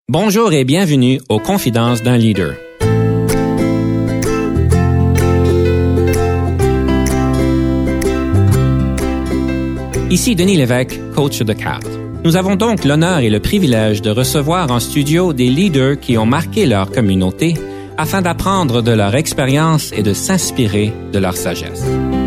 Bonjour et bienvenue aux Confidences d'un leader. Ici Denis Lévesque, coach de cadre. Nous avons donc l'honneur et le privilège de recevoir en studio des leaders qui ont marqué leur communauté afin d'apprendre de leur expérience et de s'inspirer de leur sagesse.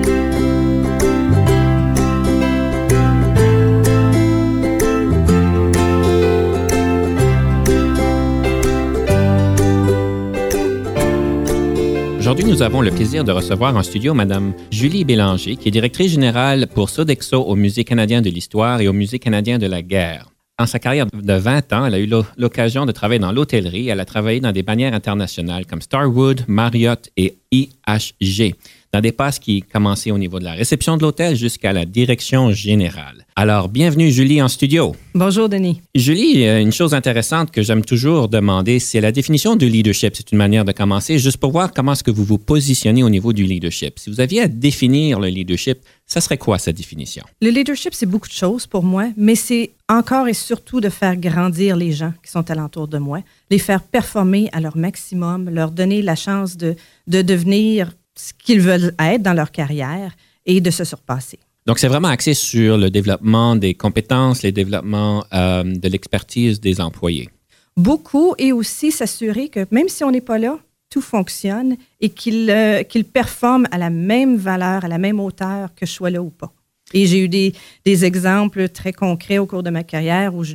Aujourd'hui, nous avons le plaisir de recevoir en studio Mme Julie Bélanger, qui est directrice générale pour Sodexo au Musée canadien de l'histoire et au Musée canadien de la guerre. Dans sa carrière de 20 ans, elle a eu l'occasion de travailler dans l'hôtellerie. Elle a travaillé dans des bannières internationales comme Starwood, Marriott et IHG, dans des postes qui commençaient au niveau de la réception de l'hôtel jusqu'à la direction générale. Alors, bienvenue Julie en studio. Bonjour Denis. Julie, une chose intéressante que j'aime toujours demander, c'est la définition du leadership. C'est une manière de commencer, juste pour voir comment est-ce que vous vous positionnez au niveau du leadership. Si vous aviez à définir le leadership, ça serait quoi sa définition? Le leadership, c'est beaucoup de choses pour moi, mais c'est encore et surtout de faire grandir les gens qui sont alentour de moi, les faire performer à leur maximum, leur donner la chance de devenir ce qu'ils veulent être dans leur carrière et de se surpasser. Donc, c'est vraiment axé sur le développement des compétences, le développement de l'expertise des employés. Beaucoup, et aussi s'assurer que même si on n'est pas là, tout fonctionne et qu'ils performent à la même valeur, à la même hauteur que je sois là ou pas. Et j'ai eu des exemples très concrets au cours de ma carrière où je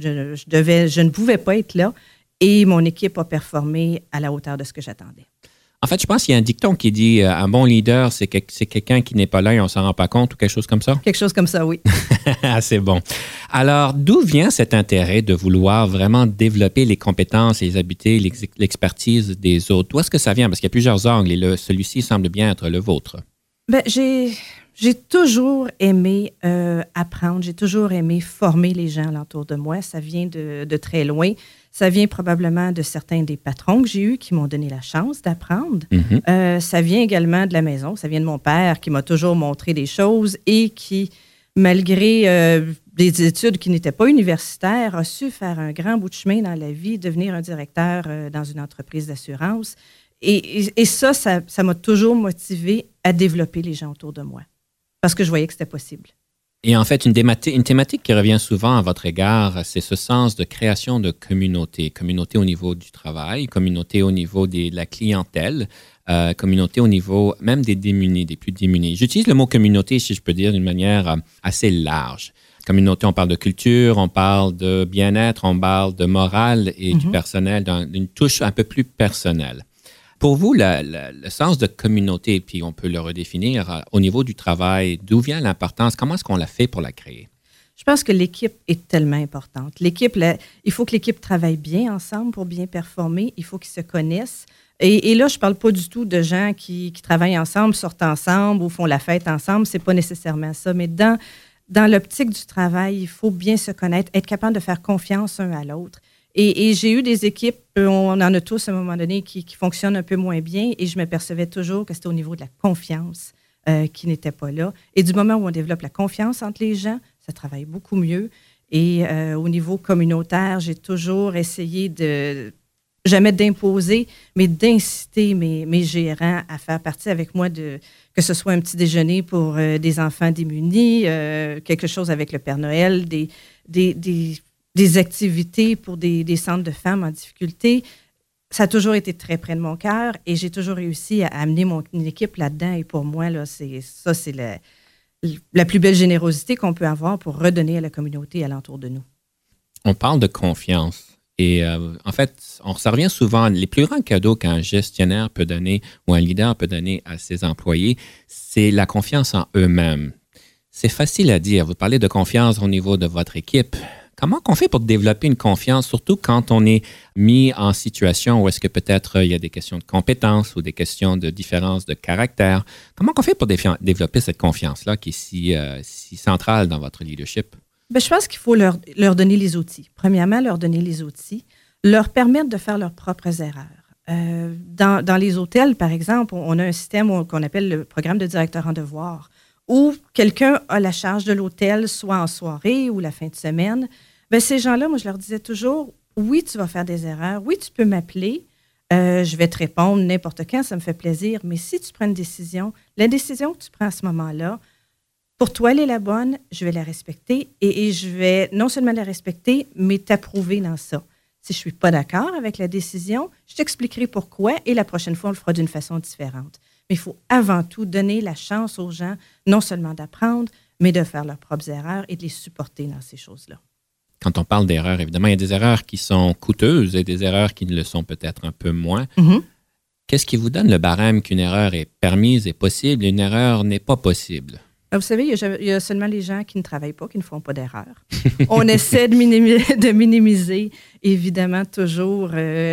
ne pouvais pas être là et mon équipe a performé à la hauteur de ce que j'attendais. En fait, je pense qu'il y a un dicton qui dit un bon leader, c'est quelqu'un qui n'est pas là et on ne s'en rend pas compte ou quelque chose comme ça? Quelque chose comme ça, oui. C'est bon. Alors, d'où vient cet intérêt de vouloir vraiment développer les compétences, les habiletés, l'expertise des autres? D'où est-ce que ça vient? Parce qu'il y a plusieurs angles et celui-ci semble bien être le vôtre. Bien, j'ai toujours aimé apprendre, j'ai toujours aimé former les gens alentour de moi. Ça vient de très loin. Ça vient probablement de certains des patrons que j'ai eus qui m'ont donné la chance d'apprendre. Mm-hmm. Ça vient également de la maison. Ça vient de mon père qui m'a toujours montré des choses et qui, malgré des études qui n'étaient pas universitaires, a su faire un grand bout de chemin dans la vie, devenir un directeur dans une entreprise d'assurance. Et ça m'a toujours motivé à développer les gens autour de moi parce que je voyais que c'était possible. Et en fait, une thématique qui revient souvent à votre égard, c'est ce sens de création de communauté. Communauté au niveau du travail, communauté au niveau de la clientèle, communauté au niveau même des démunis, des plus démunis. J'utilise le mot communauté, si je peux dire, d'une manière assez large. Communauté, on parle de culture, on parle de bien-être, on parle de morale et du personnel, d'une touche un peu plus personnelle. Pour vous, le sens de communauté, puis on peut le redéfinir au niveau du travail, d'où vient l'importance? Comment est-ce qu'on l'a fait pour la créer? Je pense que l'équipe est tellement importante. Il faut que l'équipe travaille bien ensemble pour bien performer. Il faut qu'ils se connaissent. Et là, je ne parle pas du tout de gens qui travaillent ensemble, sortent ensemble ou font la fête ensemble. Ce n'est pas nécessairement ça. Mais dans l'optique du travail, il faut bien se connaître, être capable de faire confiance un à l'autre. Et j'ai eu des équipes, on en a tous à un moment donné, qui fonctionnent un peu moins bien et je m'apercevais toujours que c'était au niveau de la confiance qui n'était pas là. Et du moment où on développe la confiance entre les gens, ça travaille beaucoup mieux. Et au niveau communautaire, j'ai toujours essayé jamais d'imposer, mais d'inciter mes gérants à faire partie avec moi que ce soit un petit déjeuner pour des enfants démunis, quelque chose avec le Père Noël, des activités pour des centres de femmes en difficulté. Ça a toujours été très près de mon cœur et j'ai toujours réussi à amener mon équipe là-dedans. Et pour moi, là, c'est la plus belle générosité qu'on peut avoir pour redonner à la communauté alentour de nous. On parle de confiance. Et en fait, ça revient souvent, les plus grands cadeaux qu'un gestionnaire peut donner ou un leader peut donner à ses employés, c'est la confiance en eux-mêmes. C'est facile à dire. Vous parlez de confiance au niveau de votre équipe. Comment on fait pour développer une confiance, surtout quand on est mis en situation où est-ce que peut-être il y a des questions de compétences ou des questions de différence de caractère? Comment on fait pour développer cette confiance-là qui est si centrale dans votre leadership? Bien, je pense qu'il faut leur donner les outils. Premièrement, leur donner les outils, leur permettre de faire leurs propres erreurs. Dans les hôtels, par exemple, on a un système qu'on appelle le programme de directeur en devoir, où quelqu'un a la charge de l'hôtel, soit en soirée ou la fin de semaine. Bien, ces gens-là, moi, je leur disais toujours, oui, tu vas faire des erreurs. Oui, tu peux m'appeler. Je vais te répondre n'importe quand, ça me fait plaisir. Mais si tu prends une décision, la décision que tu prends à ce moment-là, pour toi, elle est la bonne, je vais la respecter et je vais non seulement la respecter, mais t'approuver dans ça. Si je ne suis pas d'accord avec la décision, je t'expliquerai pourquoi et la prochaine fois, on le fera d'une façon différente. Mais il faut avant tout donner la chance aux gens, non seulement d'apprendre, mais de faire leurs propres erreurs et de les supporter dans ces choses-là. Quand on parle d'erreurs, évidemment, il y a des erreurs qui sont coûteuses et des erreurs qui ne le sont peut-être un peu moins. Mm-hmm. Qu'est-ce qui vous donne le barème qu'une erreur est permise et possible et une erreur n'est pas possible? Vous savez, il y a seulement les gens qui ne travaillent pas, qui ne font pas d'erreurs. On essaie de minimiser, évidemment, toujours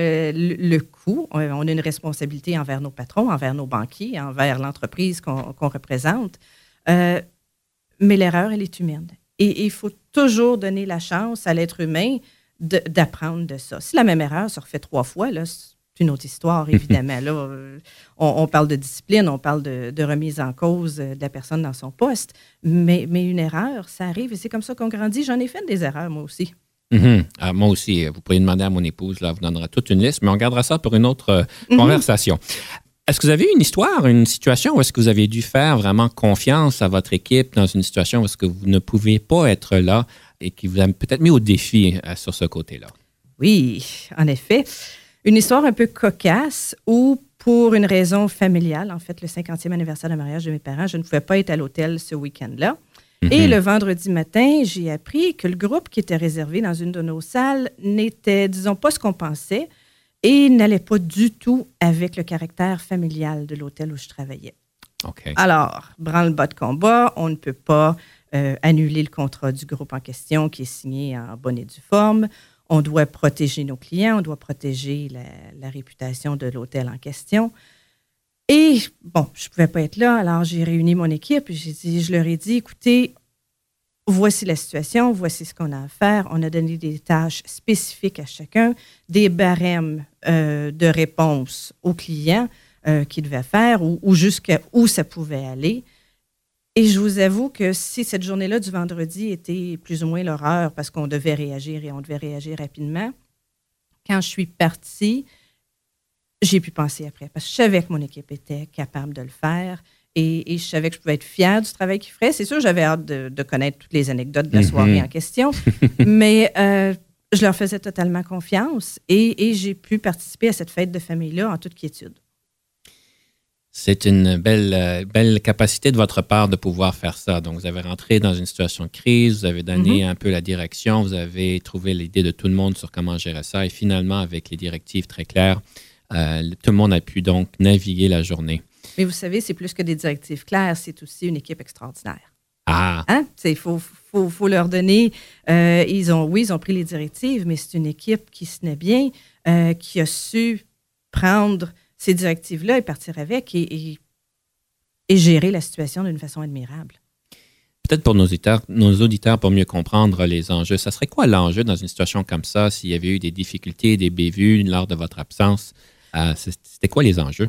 le coût. On a une responsabilité envers nos patrons, envers nos banquiers, envers l'entreprise qu'on représente. Mais l'erreur, elle est humaine. Et il faut toujours donner la chance à l'être humain d'apprendre de ça. Si la même erreur se refait 3 fois, là, c'est une autre histoire, évidemment. Là, on parle de discipline, on parle de remise en cause de la personne dans son poste, mais une erreur, ça arrive et c'est comme ça qu'on grandit. J'en ai fait des erreurs, moi aussi. Mm-hmm. Alors, moi aussi, vous pourriez demander à mon épouse, là, elle vous donnera toute une liste, mais on gardera ça pour une autre conversation. Est-ce que vous avez eu une histoire, une situation où est-ce que vous avez dû faire vraiment confiance à votre équipe dans une situation où est-ce que vous ne pouvez pas être là et qui vous a peut-être mis au défi sur ce côté-là? Oui, en effet. Une histoire un peu cocasse où, pour une raison familiale, en fait, le 50e anniversaire de mariage de mes parents, je ne pouvais pas être à l'hôtel ce week-end-là. Mm-hmm. Et le vendredi matin, j'ai appris que le groupe qui était réservé dans une de nos salles n'était, disons, pas ce qu'on pensait et n'allait pas du tout avec le caractère familial de l'hôtel où je travaillais. Okay. Alors, branle-bas de combat, on ne peut pas annuler le contrat du groupe en question qui est signé en bonne et due forme. On doit protéger nos clients, on doit protéger la réputation de l'hôtel en question. Et bon, je ne pouvais pas être là, alors j'ai réuni mon équipe et je leur ai dit, écoutez, voici la situation, voici ce qu'on a à faire. On a donné des tâches spécifiques à chacun, des barèmes de réponse aux clients qu'ils devaient faire ou jusqu'à où ça pouvait aller. Et je vous avoue que si cette journée-là du vendredi était plus ou moins l'horreur parce qu'on devait réagir et on devait réagir rapidement, quand je suis partie, j'ai pu penser après parce que je savais que mon équipe était capable de le faire et je savais que je pouvais être fière du travail qu'ils feraient. C'est sûr, j'avais hâte de connaître toutes les anecdotes de la soirée en question, mais je leur faisais totalement confiance et j'ai pu participer à cette fête de famille-là en toute quiétude. C'est une belle capacité de votre part de pouvoir faire ça. Donc, vous avez rentré dans une situation de crise, vous avez donné un peu la direction, vous avez trouvé l'idée de tout le monde sur comment gérer ça et finalement, avec les directives très claires, tout le monde a pu donc naviguer la journée. Mais vous savez, c'est plus que des directives claires, c'est aussi une équipe extraordinaire. Ah! Hein? Il faut leur donner... ils ont pris les directives, mais c'est une équipe qui se tenait bien, qui a su prendre ces directives-là et partir avec et gérer la situation d'une façon admirable. Peut-être pour nos auditeurs, pour mieux comprendre les enjeux, ça serait quoi l'enjeu dans une situation comme ça, s'il y avait eu des difficultés, des bévues lors de votre absence? C'était quoi les enjeux?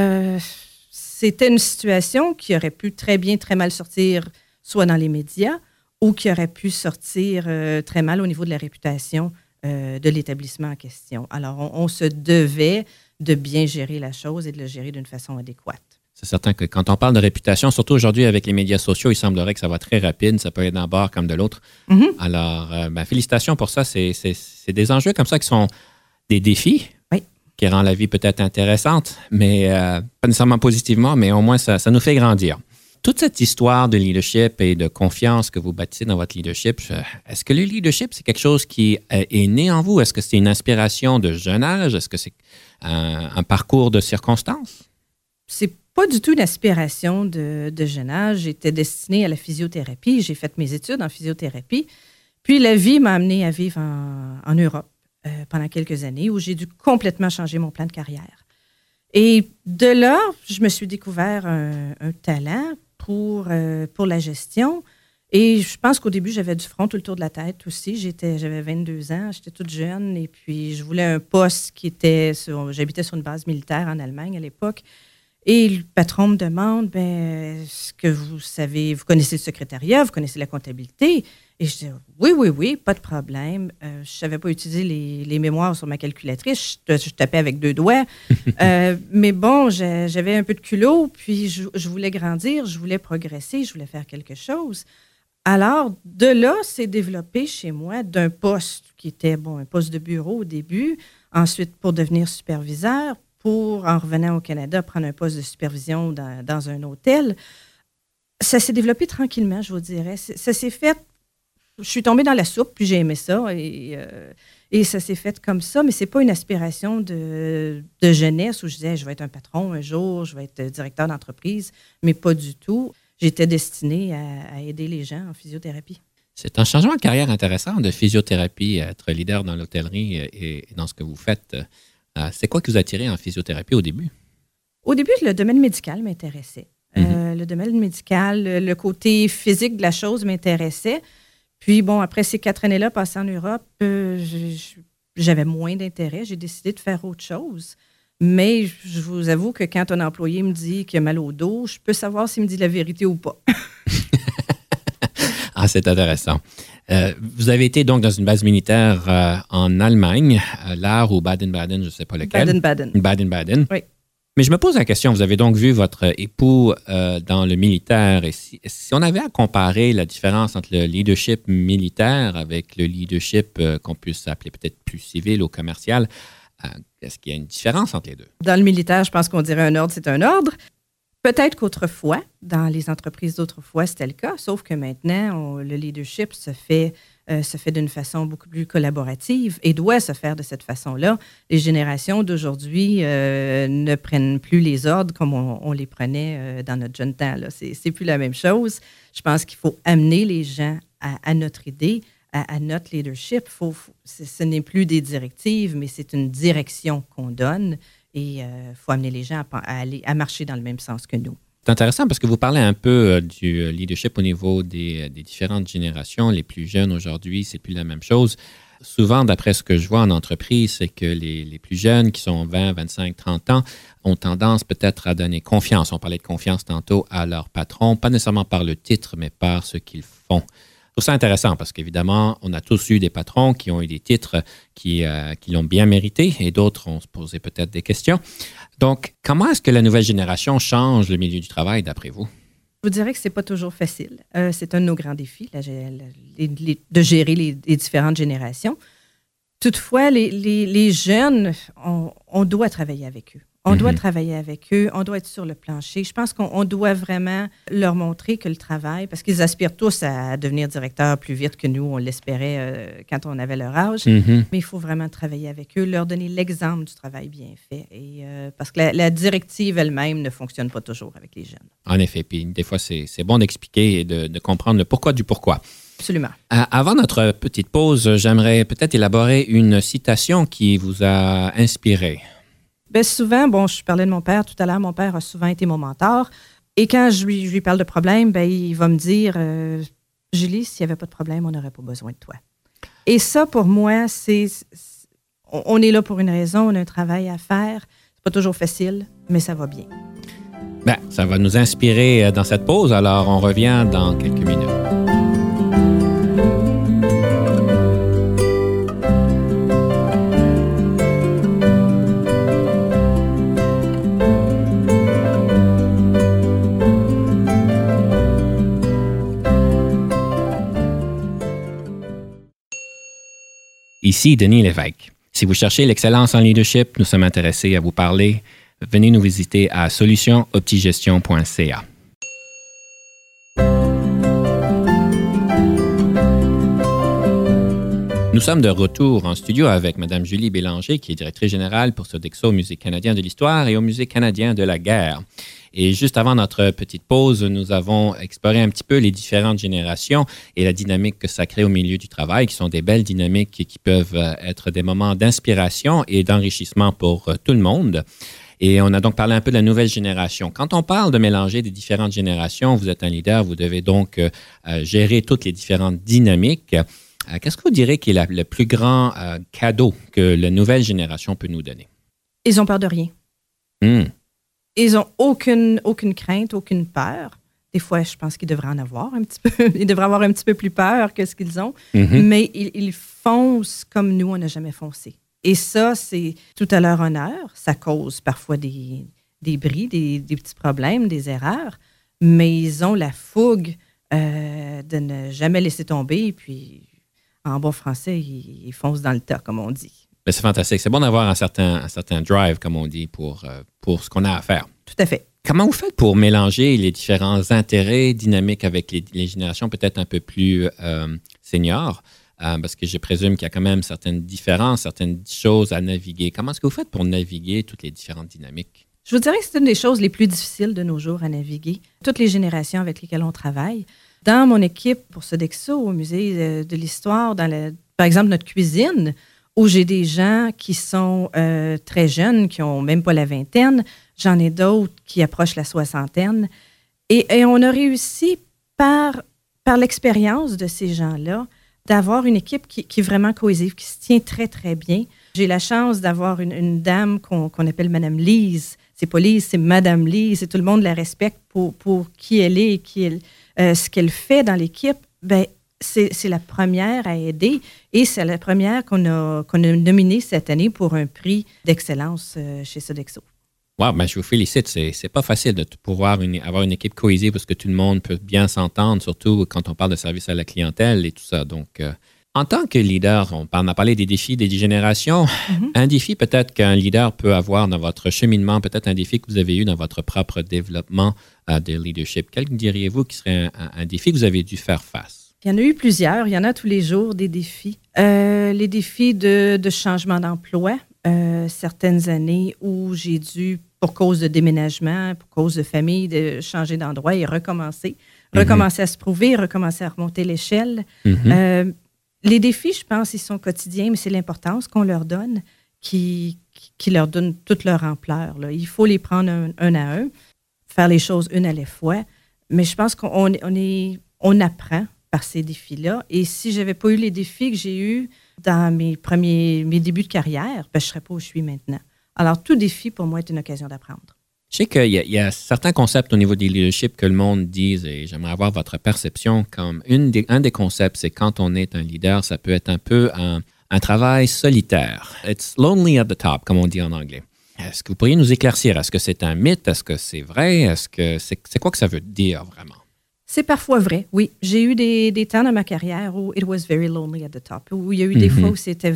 C'était une situation qui aurait pu très bien, très mal sortir, soit dans les médias, ou qui aurait pu sortir très mal au niveau de la réputation de l'établissement en question. Alors, on se devait de bien gérer la chose et de le gérer d'une façon adéquate. C'est certain que quand on parle de réputation, surtout aujourd'hui avec les médias sociaux, il semblerait que ça va très rapide, ça peut être d'un bord comme de l'autre. Mm-hmm. Alors, félicitations pour ça. C'est des enjeux comme ça qui sont des défis, oui, qui rendent la vie peut-être intéressante, mais pas nécessairement positivement, mais au moins ça nous fait grandir. Toute cette histoire de leadership et de confiance que vous bâtissez dans votre leadership, est-ce que le leadership, c'est quelque chose qui est né en vous? Est-ce que c'est une inspiration de jeune âge? Est-ce que c'est un parcours de circonstances? C'est pas du tout une aspiration de jeune âge. J'étais destinée à la physiothérapie. J'ai fait mes études en physiothérapie. Puis la vie m'a amenée à vivre en Europe pendant quelques années où j'ai dû complètement changer mon plan de carrière. Et de là, je me suis découvert un talent pour la gestion. Et je pense qu'au début, j'avais du front tout le tour de la tête aussi. J'avais 22 ans, j'étais toute jeune et puis je voulais un poste j'habitais sur une base militaire en Allemagne à l'époque. Et le patron me demande, est-ce que vous connaissez le secrétariat, vous connaissez la comptabilité? Et je dis, oui, pas de problème. Je ne savais pas utiliser les mémoires sur ma calculatrice. Je tapais avec 2 doigts. Mais bon, j'avais un peu de culot, puis je voulais grandir, je voulais progresser, je voulais faire quelque chose. Alors, de là, c'est développé chez moi d'un poste qui était, un poste de bureau au début, ensuite pour devenir superviseur, pour, en revenant au Canada, prendre un poste de supervision dans un hôtel. Ça s'est développé tranquillement, je vous dirais. Ça s'est fait. Je suis tombée dans la soupe, puis j'ai aimé ça, et ça s'est fait comme ça, mais c'est pas une aspiration de jeunesse où je disais, je vais être un patron un jour, je vais être directeur d'entreprise, mais pas du tout. J'étais destinée à aider les gens en physiothérapie. C'est un changement de carrière intéressant de physiothérapie, être leader dans l'hôtellerie et dans ce que vous faites. C'est quoi qui vous a attiré en physiothérapie au début? Au début, le domaine médical m'intéressait. Le domaine médical, le côté physique de la chose m'intéressait. Puis, après ces 4 années-là passées en Europe, j'avais moins d'intérêt. J'ai décidé de faire autre chose. Mais je vous avoue que quand un employé me dit qu'il a mal au dos, je peux savoir s'il me dit la vérité ou pas. Ah, c'est intéressant. Vous avez été donc dans une base militaire en Allemagne, Lahr ou Baden-Baden, je ne sais pas lequel. Baden-Baden. Baden-Baden. Oui. Mais je me pose la question, vous avez donc vu votre époux dans le militaire. Et si on avait à comparer la différence entre le leadership militaire avec le leadership qu'on puisse appeler peut-être plus civil ou commercial, est-ce qu'il y a une différence entre les deux? Dans le militaire, je pense qu'on dirait un ordre, c'est un ordre. Peut-être qu'autrefois, dans les entreprises d'autrefois, c'était le cas, sauf que maintenant, le leadership se fait d'une façon beaucoup plus collaborative et doit se faire de cette façon-là. Les générations d'aujourd'hui ne prennent plus les ordres comme on les prenait dans notre jeune temps. Là. C'est plus la même chose. Je pense qu'il faut amener les gens à notre idée, à notre leadership. Ce n'est plus des directives, mais c'est une direction qu'on donne. Et il faut amener les gens à marcher dans le même sens que nous. C'est intéressant parce que vous parlez un peu du leadership au niveau des différentes générations. Les plus jeunes aujourd'hui, c'est plus la même chose. Souvent, d'après ce que je vois en entreprise, c'est que les plus jeunes qui sont 20, 25, 30 ans ont tendance peut-être à donner confiance. On parlait de confiance tantôt à leur patron, pas nécessairement par le titre, mais par ce qu'ils font. Je trouve ça intéressant parce qu'évidemment, on a tous eu des patrons qui ont eu des titres qui l'ont bien mérité et d'autres ont se posé peut-être des questions. Donc, comment est-ce que la nouvelle génération change le milieu du travail d'après vous? Je vous dirais que ce n'est pas toujours facile. C'est un de nos grands défis, de gérer les différentes générations. Toutefois, les jeunes, on doit travailler avec eux. On doit travailler avec eux, on doit être sur le plancher. Je pense qu'on doit vraiment leur montrer que le travail, parce qu'ils aspirent tous à devenir directeurs plus vite que nous, on l'espérait quand on avait leur âge, mais il faut vraiment travailler avec eux, leur donner l'exemple du travail bien fait. Et, parce que la directive elle-même ne fonctionne pas toujours avec les jeunes. En effet, puis des fois, c'est bon d'expliquer et de comprendre le pourquoi du pourquoi. Absolument. Avant notre petite pause, j'aimerais peut-être élaborer une citation qui vous a inspiré. Bien, souvent, je parlais de mon père tout à l'heure. Mon père a souvent été mon mentor. Et quand je lui parle de problème, il va me dire Julie, s'il n'y avait pas de problème, on n'aurait pas besoin de toi. Et ça, pour moi, on est là pour une raison, on a un travail à faire. C'est pas toujours facile, mais ça va bien. Bien, ça va nous inspirer dans cette pause. Alors, on revient dans quelques minutes. Ici Denis Lévesque. Si vous cherchez l'excellence en leadership, nous sommes intéressés à vous parler. Venez nous visiter à solutionoptigestion.ca. Nous sommes de retour en studio avec Mme Julie Bélanger, qui est directrice générale pour Sodexo au Musée canadien de l'histoire et au Musée canadien de la guerre. Et juste avant notre petite pause, nous avons exploré un petit peu les différentes générations et la dynamique que ça crée au milieu du travail, qui sont des belles dynamiques qui peuvent être des moments d'inspiration et d'enrichissement pour tout le monde. Et on a donc parlé un peu de la nouvelle génération. Quand on parle de mélanger des différentes générations, vous êtes un leader, vous devez donc gérer toutes les différentes dynamiques. Qu'est-ce que vous direz qui est le plus grand cadeau que la nouvelle génération peut nous donner? Ils ont peur de rien. Ils n'ont aucune crainte, aucune peur. Des fois, je pense qu'ils devraient en avoir un petit peu. Ils devraient avoir un petit peu plus peur que ce qu'ils ont. Mhm. Mais ils foncent comme nous, on n'a jamais foncé. Et ça, c'est tout à leur honneur. Ça cause parfois des bris, des petits problèmes, des erreurs. Mais ils ont la fougue de ne jamais laisser tomber. Puis, en bon français, ils foncent dans le tas, comme on dit. Mais c'est fantastique. C'est bon d'avoir un certain drive, comme on dit, pour ce qu'on a à faire. Tout à fait. Comment vous faites pour mélanger les différents intérêts dynamiques avec les générations peut-être un peu plus seniors? Parce que je présume qu'il y a quand même certaines différences, certaines choses à naviguer. Comment est-ce que vous faites pour naviguer toutes les différentes dynamiques? Je vous dirais que c'est une des choses les plus difficiles de nos jours à naviguer. Toutes les générations avec lesquelles on travaille. Dans mon équipe pour Sodexo, au Musée de l'Histoire, par exemple, notre cuisine, où j'ai des gens qui sont très jeunes, qui n'ont même pas la vingtaine. J'en ai d'autres qui approchent la soixantaine. Et on a réussi par l'expérience de ces gens-là d'avoir une équipe qui est vraiment cohésive, qui se tient très, très bien. J'ai la chance d'avoir une dame qu'on appelle Madame Lise. C'est pas Lise, c'est Madame Lise. Et tout le monde la respecte pour qui elle est et ce qu'elle fait dans l'équipe. Bien, c'est la première à aider et c'est la première qu'on a nominée cette année pour un prix d'excellence chez Sodexo. Wow, ben je vous félicite. C'est pas facile de pouvoir avoir une équipe cohésive parce que tout le monde peut bien s'entendre, surtout quand on parle de service à la clientèle et tout ça. Donc, en tant que leader, on a parlé des défis des générations. Mm-hmm. Un défi peut-être qu'un leader peut avoir dans votre cheminement, peut-être un défi que vous avez eu dans votre propre développement de leadership. Quel diriez-vous qui serait un défi que vous avez dû faire face? Il y en a eu plusieurs. Il y en a tous les jours des défis. Les défis de changement d'emploi. Certaines années où j'ai dû, pour cause de déménagement, pour cause de famille, de changer d'endroit et recommencer. Mm-hmm. Recommencer à se prouver, recommencer à remonter l'échelle. Mm-hmm. Les défis, je pense, ils sont quotidiens, mais c'est l'importance qu'on leur donne qui leur donne toute leur ampleur. Là. Il faut les prendre un à un, faire les choses une à la fois. Mais je pense qu'on apprend par ces défis-là. Et si je n'avais pas eu les défis que j'ai eus dans mes débuts de carrière, ben, je ne serais pas où je suis maintenant. Alors, tout défi, pour moi, est une occasion d'apprendre. Je sais qu'il y a certains concepts au niveau des leadership que le monde dit, et j'aimerais avoir votre perception, comme un des concepts, c'est quand on est un leader, ça peut être un peu un travail solitaire. It's lonely at the top, comme on dit en anglais. Est-ce que vous pourriez nous éclaircir? Est-ce que c'est un mythe? Est-ce que c'est vrai? Est-ce que c'est quoi que ça veut dire vraiment? C'est parfois vrai, oui. J'ai eu des temps dans ma carrière où it was very lonely at the top, où il y a eu des fois où c'était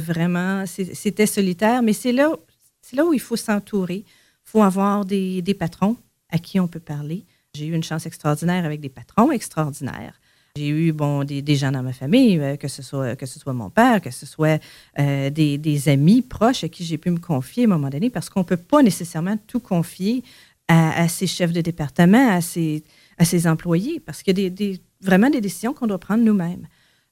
solitaire, mais c'est là où il faut s'entourer. Il faut avoir des patrons à qui on peut parler. J'ai eu une chance extraordinaire avec des patrons extraordinaires. J'ai eu des gens dans ma famille, que ce soit mon père, que ce soit des amis proches à qui j'ai pu me confier à un moment donné, parce qu'on ne peut pas nécessairement tout confier à ses chefs de département, à ses employés, parce qu'il y a vraiment des décisions qu'on doit prendre nous-mêmes.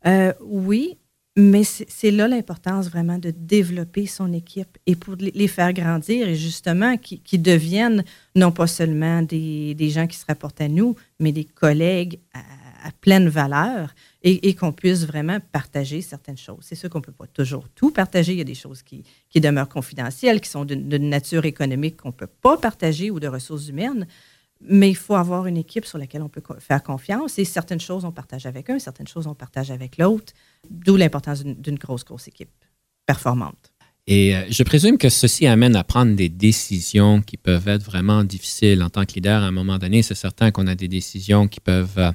Oui, mais c'est là l'importance vraiment de développer son équipe et pour les faire grandir et justement qu'ils deviennent non pas seulement des gens qui se rapportent à nous, mais des collègues à pleine valeur et qu'on puisse vraiment partager certaines choses. C'est sûr qu'on ne peut pas toujours tout partager. Il y a des choses qui demeurent confidentielles, qui sont de nature économique qu'on ne peut pas partager ou de ressources humaines. Mais il faut avoir une équipe sur laquelle on peut faire confiance et certaines choses, on partage avec un, certaines choses, on partage avec l'autre, d'où l'importance d'une grosse équipe performante. Et je présume que ceci amène à prendre des décisions qui peuvent être vraiment difficiles. En tant que leader, à un moment donné, c'est certain qu'on a des décisions qui peuvent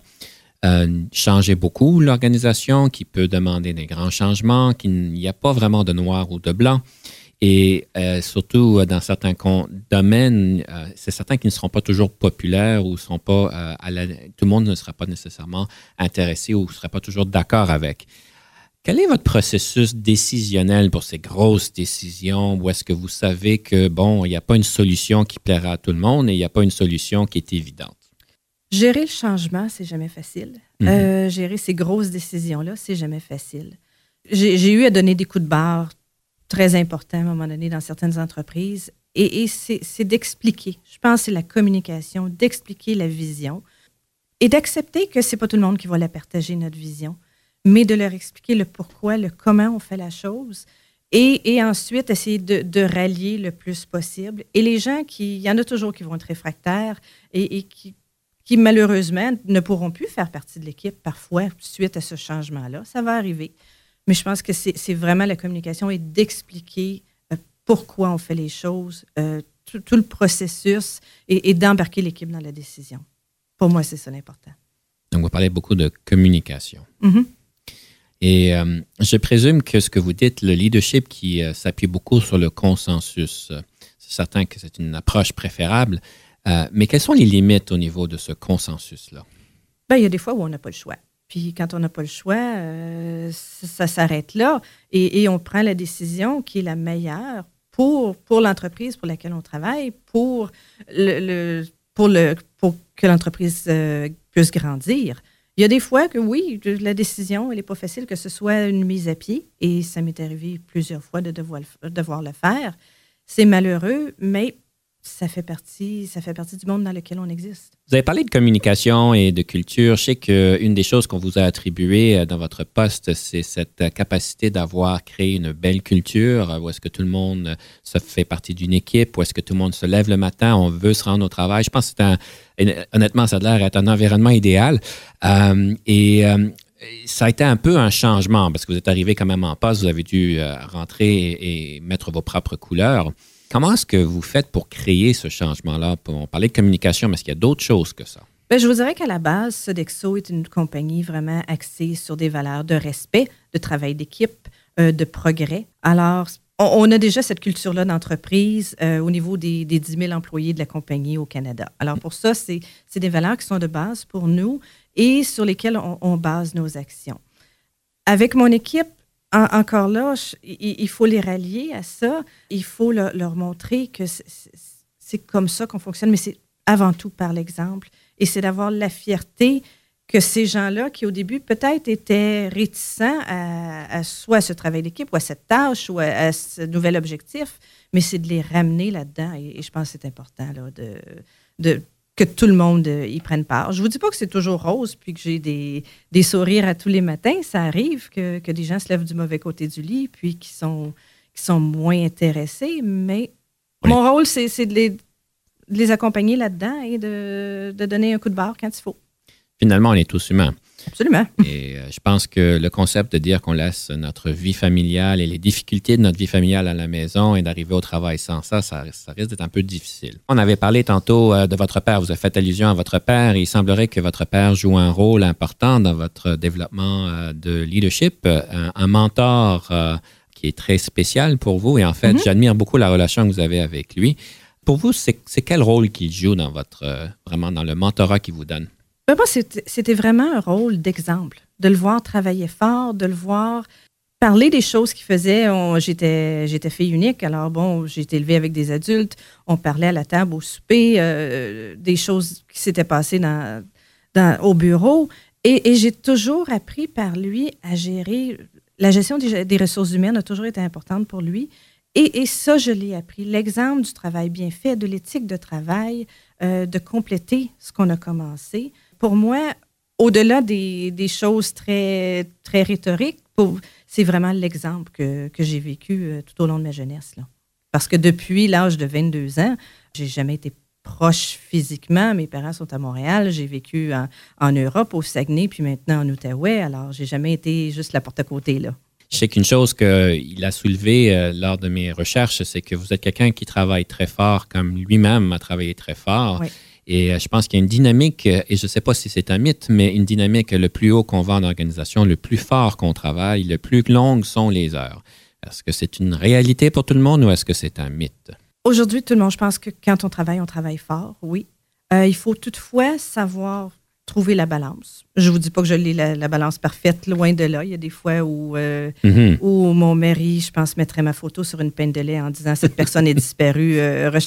changer beaucoup l'organisation, qui peut demander des grands changements, qu'il n'y a pas vraiment de noir ou de blanc. Et surtout, dans certains domaines, c'est certain qu'ils ne seront pas toujours populaires ou sont pas tout le monde ne sera pas nécessairement intéressé ou ne sera pas toujours d'accord avec. Quel est votre processus décisionnel pour ces grosses décisions où est-ce que vous savez que, il n'y a pas une solution qui plaira à tout le monde et il n'y a pas une solution qui est évidente? Gérer le changement, c'est jamais facile. Mm-hmm. Gérer ces grosses décisions-là, c'est jamais facile. J'ai eu à donner des coups de barre très important à un moment donné dans certaines entreprises. Et c'est d'expliquer. Je pense que c'est la communication, d'expliquer la vision et d'accepter que ce n'est pas tout le monde qui va la partager, notre vision, mais de leur expliquer le pourquoi, le comment on fait la chose et ensuite essayer de rallier le plus possible. Et les gens il y en a toujours qui vont être réfractaires et qui qui malheureusement ne pourront plus faire partie de l'équipe parfois suite à ce changement-là. Ça va arriver. Mais je pense que c'est vraiment la communication et d'expliquer pourquoi on fait les choses, tout le processus et d'embarquer l'équipe dans la décision. Pour moi, c'est ça l'important. Donc, vous parlez beaucoup de communication. Mm-hmm. Et je présume que ce que vous dites, le leadership qui s'appuie beaucoup sur le consensus, c'est certain que c'est une approche préférable, mais quelles sont les limites au niveau de ce consensus-là? Bien, il y a des fois où on n'a pas le choix. Puis quand on n'a pas le choix, ça s'arrête là et on prend la décision qui est la meilleure pour l'entreprise pour laquelle on travaille, pour que l'entreprise puisse grandir. Il y a des fois que oui, la décision, elle n'est pas facile, que ce soit une mise à pied, et ça m'est arrivé plusieurs fois de devoir le faire. C'est malheureux, mais ça fait partie du monde dans lequel on existe. Vous avez parlé de communication et de culture. Je sais qu'une des choses qu'on vous a attribuées dans votre poste, c'est cette capacité d'avoir créé une belle culture où est-ce que tout le monde se fait partie d'une équipe, où est-ce que tout le monde se lève le matin, on veut se rendre au travail. Je pense que honnêtement, ça a l'air d'être un environnement idéal. Ça a été un peu un changement parce que vous êtes arrivé quand même en poste, vous avez dû rentrer et mettre vos propres couleurs. Comment est-ce que vous faites pour créer ce changement-là? On parlait de communication, mais est-ce qu'il y a d'autres choses que ça? Bien, je vous dirais qu'à la base, Sodexo est une compagnie vraiment axée sur des valeurs de respect, de travail d'équipe, de progrès. Alors, on a déjà cette culture-là d'entreprise au niveau des 10 000 employés de la compagnie au Canada. Alors, pour ça, c'est des valeurs qui sont de base pour nous et sur lesquelles on base nos actions. Avec mon équipe, encore là, il faut les rallier à ça. Il faut leur montrer que c'est comme ça qu'on fonctionne, mais c'est avant tout par l'exemple. Et c'est d'avoir la fierté que ces gens-là, qui au début peut-être étaient réticents soit à ce travail d'équipe, ou à cette tâche, ou à ce nouvel objectif, mais c'est de les ramener là-dedans. Et je pense que c'est important là, que tout le monde y prenne part. Je ne vous dis pas que c'est toujours rose, puis que j'ai des sourires à tous les matins. Ça arrive que des gens se lèvent du mauvais côté du lit, puis qui sont moins intéressés, mais oui. Mon rôle, c'est de les accompagner là-dedans et de donner un coup de barre quand il faut. Finalement, on est tous humains. Absolument. Et je pense que le concept de dire qu'on laisse notre vie familiale et les difficultés de notre vie familiale à la maison et d'arriver au travail sans ça risque d'être un peu difficile. On avait parlé tantôt de votre père. Vous avez fait allusion à votre père. Il semblerait que votre père joue un rôle important dans votre développement de leadership, un mentor qui est très spécial pour vous. Et en fait, j'admire beaucoup la relation que vous avez avec lui. Pour vous, c'est quel rôle qu'il joue dans vraiment dans le mentorat qu'il vous donne? Moi, c'était vraiment un rôle d'exemple, de le voir travailler fort, de le voir parler des choses qu'il faisait. J'étais fille unique, alors bon, j'ai été élevée avec des adultes. On parlait à la table, au souper, des choses qui s'étaient passées au bureau. Et j'ai toujours appris par lui à gérer. La gestion des ressources humaines a toujours été importante pour lui. Et ça, je l'ai appris. L'exemple du travail bien fait, de l'éthique de travail, de compléter ce qu'on a commencé. Pour moi, au-delà des choses très, très rhétoriques, c'est vraiment l'exemple que j'ai vécu tout au long de ma jeunesse. Là. Parce que depuis l'âge de 22 ans, j'ai jamais été proche physiquement. Mes parents sont à Montréal. J'ai vécu en Europe, au Saguenay, puis maintenant en Outaouais. Alors, j'ai jamais été juste la porte à côté, là. Je sais qu'une chose qu'il a soulevée lors de mes recherches, c'est que vous êtes quelqu'un qui travaille très fort, comme lui-même a travaillé très fort. Oui. Et je pense qu'il y a une dynamique, et je ne sais pas si c'est un mythe, mais une dynamique, le plus haut qu'on va en organisation, le plus fort qu'on travaille, le plus longues sont les heures. Est-ce que c'est une réalité pour tout le monde ou est-ce que c'est un mythe? Aujourd'hui, tout le monde, je pense que quand on travaille fort, oui. Il faut toutefois savoir trouver la balance. Je ne vous dis pas que je l'ai la balance parfaite, loin de là. Il y a des fois où mon mari, je pense, mettrait ma photo sur une pinte de lait en disant « Cette personne est disparue, recherchez-la ».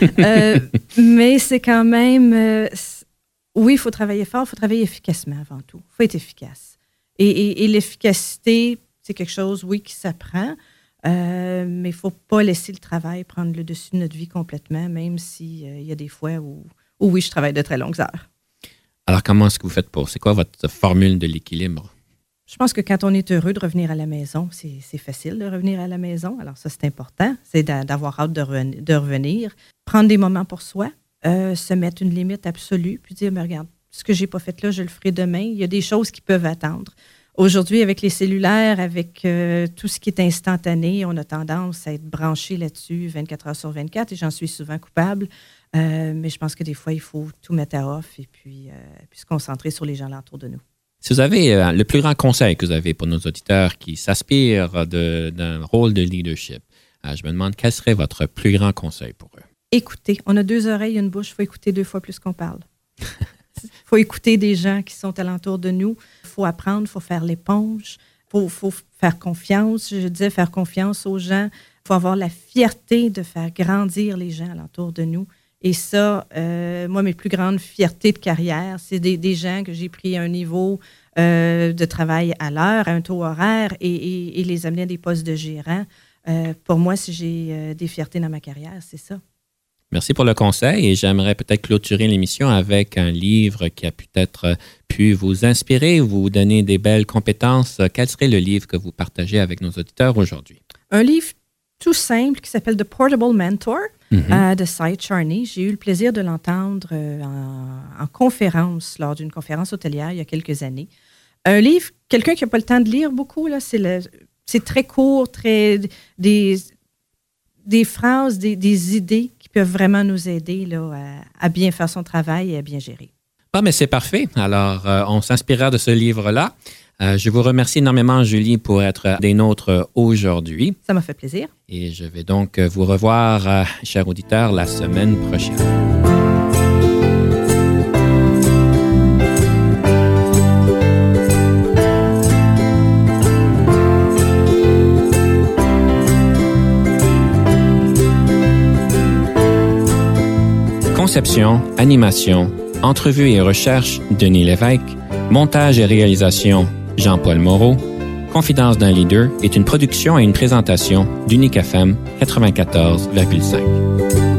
Mais c'est quand même... oui, il faut travailler fort, il faut travailler efficacement avant tout. Il faut être efficace. Et l'efficacité, c'est quelque chose, oui, qui s'apprend, mais il ne faut pas laisser le travail prendre le dessus de notre vie complètement, même s'il y a des fois où oui, je travaille de très longues heures. Alors, comment est-ce que vous faites c'est quoi votre formule de l'équilibre? Je pense que quand on est heureux de revenir à la maison, c'est facile de revenir à la maison. Alors ça, c'est important. C'est d'avoir hâte de revenir. Prendre des moments pour soi. se mettre une limite absolue, puis dire, mais regarde, ce que j'ai pas fait là, je le ferai demain. Il y a des choses qui peuvent attendre. Aujourd'hui, avec les cellulaires, avec tout ce qui est instantané, on a tendance à être branché là-dessus 24 heures sur 24 et j'en suis souvent coupable. Mais je pense que des fois, il faut tout mettre à off et puis se concentrer sur les gens autour de nous. Si vous avez le plus grand conseil que vous avez pour nos auditeurs qui s'aspirent d'un rôle de leadership, je me demande quel serait votre plus grand conseil pour eux? Écoutez. On a 2 oreilles et une bouche. Il faut écouter 2 fois plus qu'on parle. Il faut écouter des gens qui sont alentour de nous. Il faut apprendre, il faut faire l'éponge. Il faut faire confiance. Je disais faire confiance aux gens. Il faut avoir la fierté de faire grandir les gens alentour de nous. Et ça, moi, mes plus grandes fiertés de carrière, c'est des gens que j'ai pris à un niveau de travail à l'heure, à un taux horaire et les amener à des postes de gérant. Pour moi, si j'ai des fiertés dans ma carrière, c'est ça. Merci pour le conseil et j'aimerais peut-être clôturer l'émission avec un livre qui a peut-être pu vous inspirer, vous donner des belles compétences. Quel serait le livre que vous partagez avec nos auditeurs aujourd'hui? Un livre tout simple qui s'appelle The Portable Mentor de Cy Charney. J'ai eu le plaisir de l'entendre en conférence, lors d'une conférence hôtelière il y a quelques années. Un livre, quelqu'un qui n'a pas le temps de lire beaucoup, là, c'est très court, des phrases, des idées qui peuvent vraiment nous aider là, à bien faire son travail et à bien gérer. Ah, mais c'est parfait. Alors, on s'inspirera de ce livre-là. Je vous remercie énormément, Julie, pour être des nôtres aujourd'hui. Ça m'a fait plaisir. Et je vais donc vous revoir, chers auditeurs, la semaine prochaine. Conception, animation, entrevue et recherche, Denis Lévesque. Montage et réalisation, Jean-Paul Moreau. Confidence d'un leader est une production et une présentation d'Unique FM 94,5.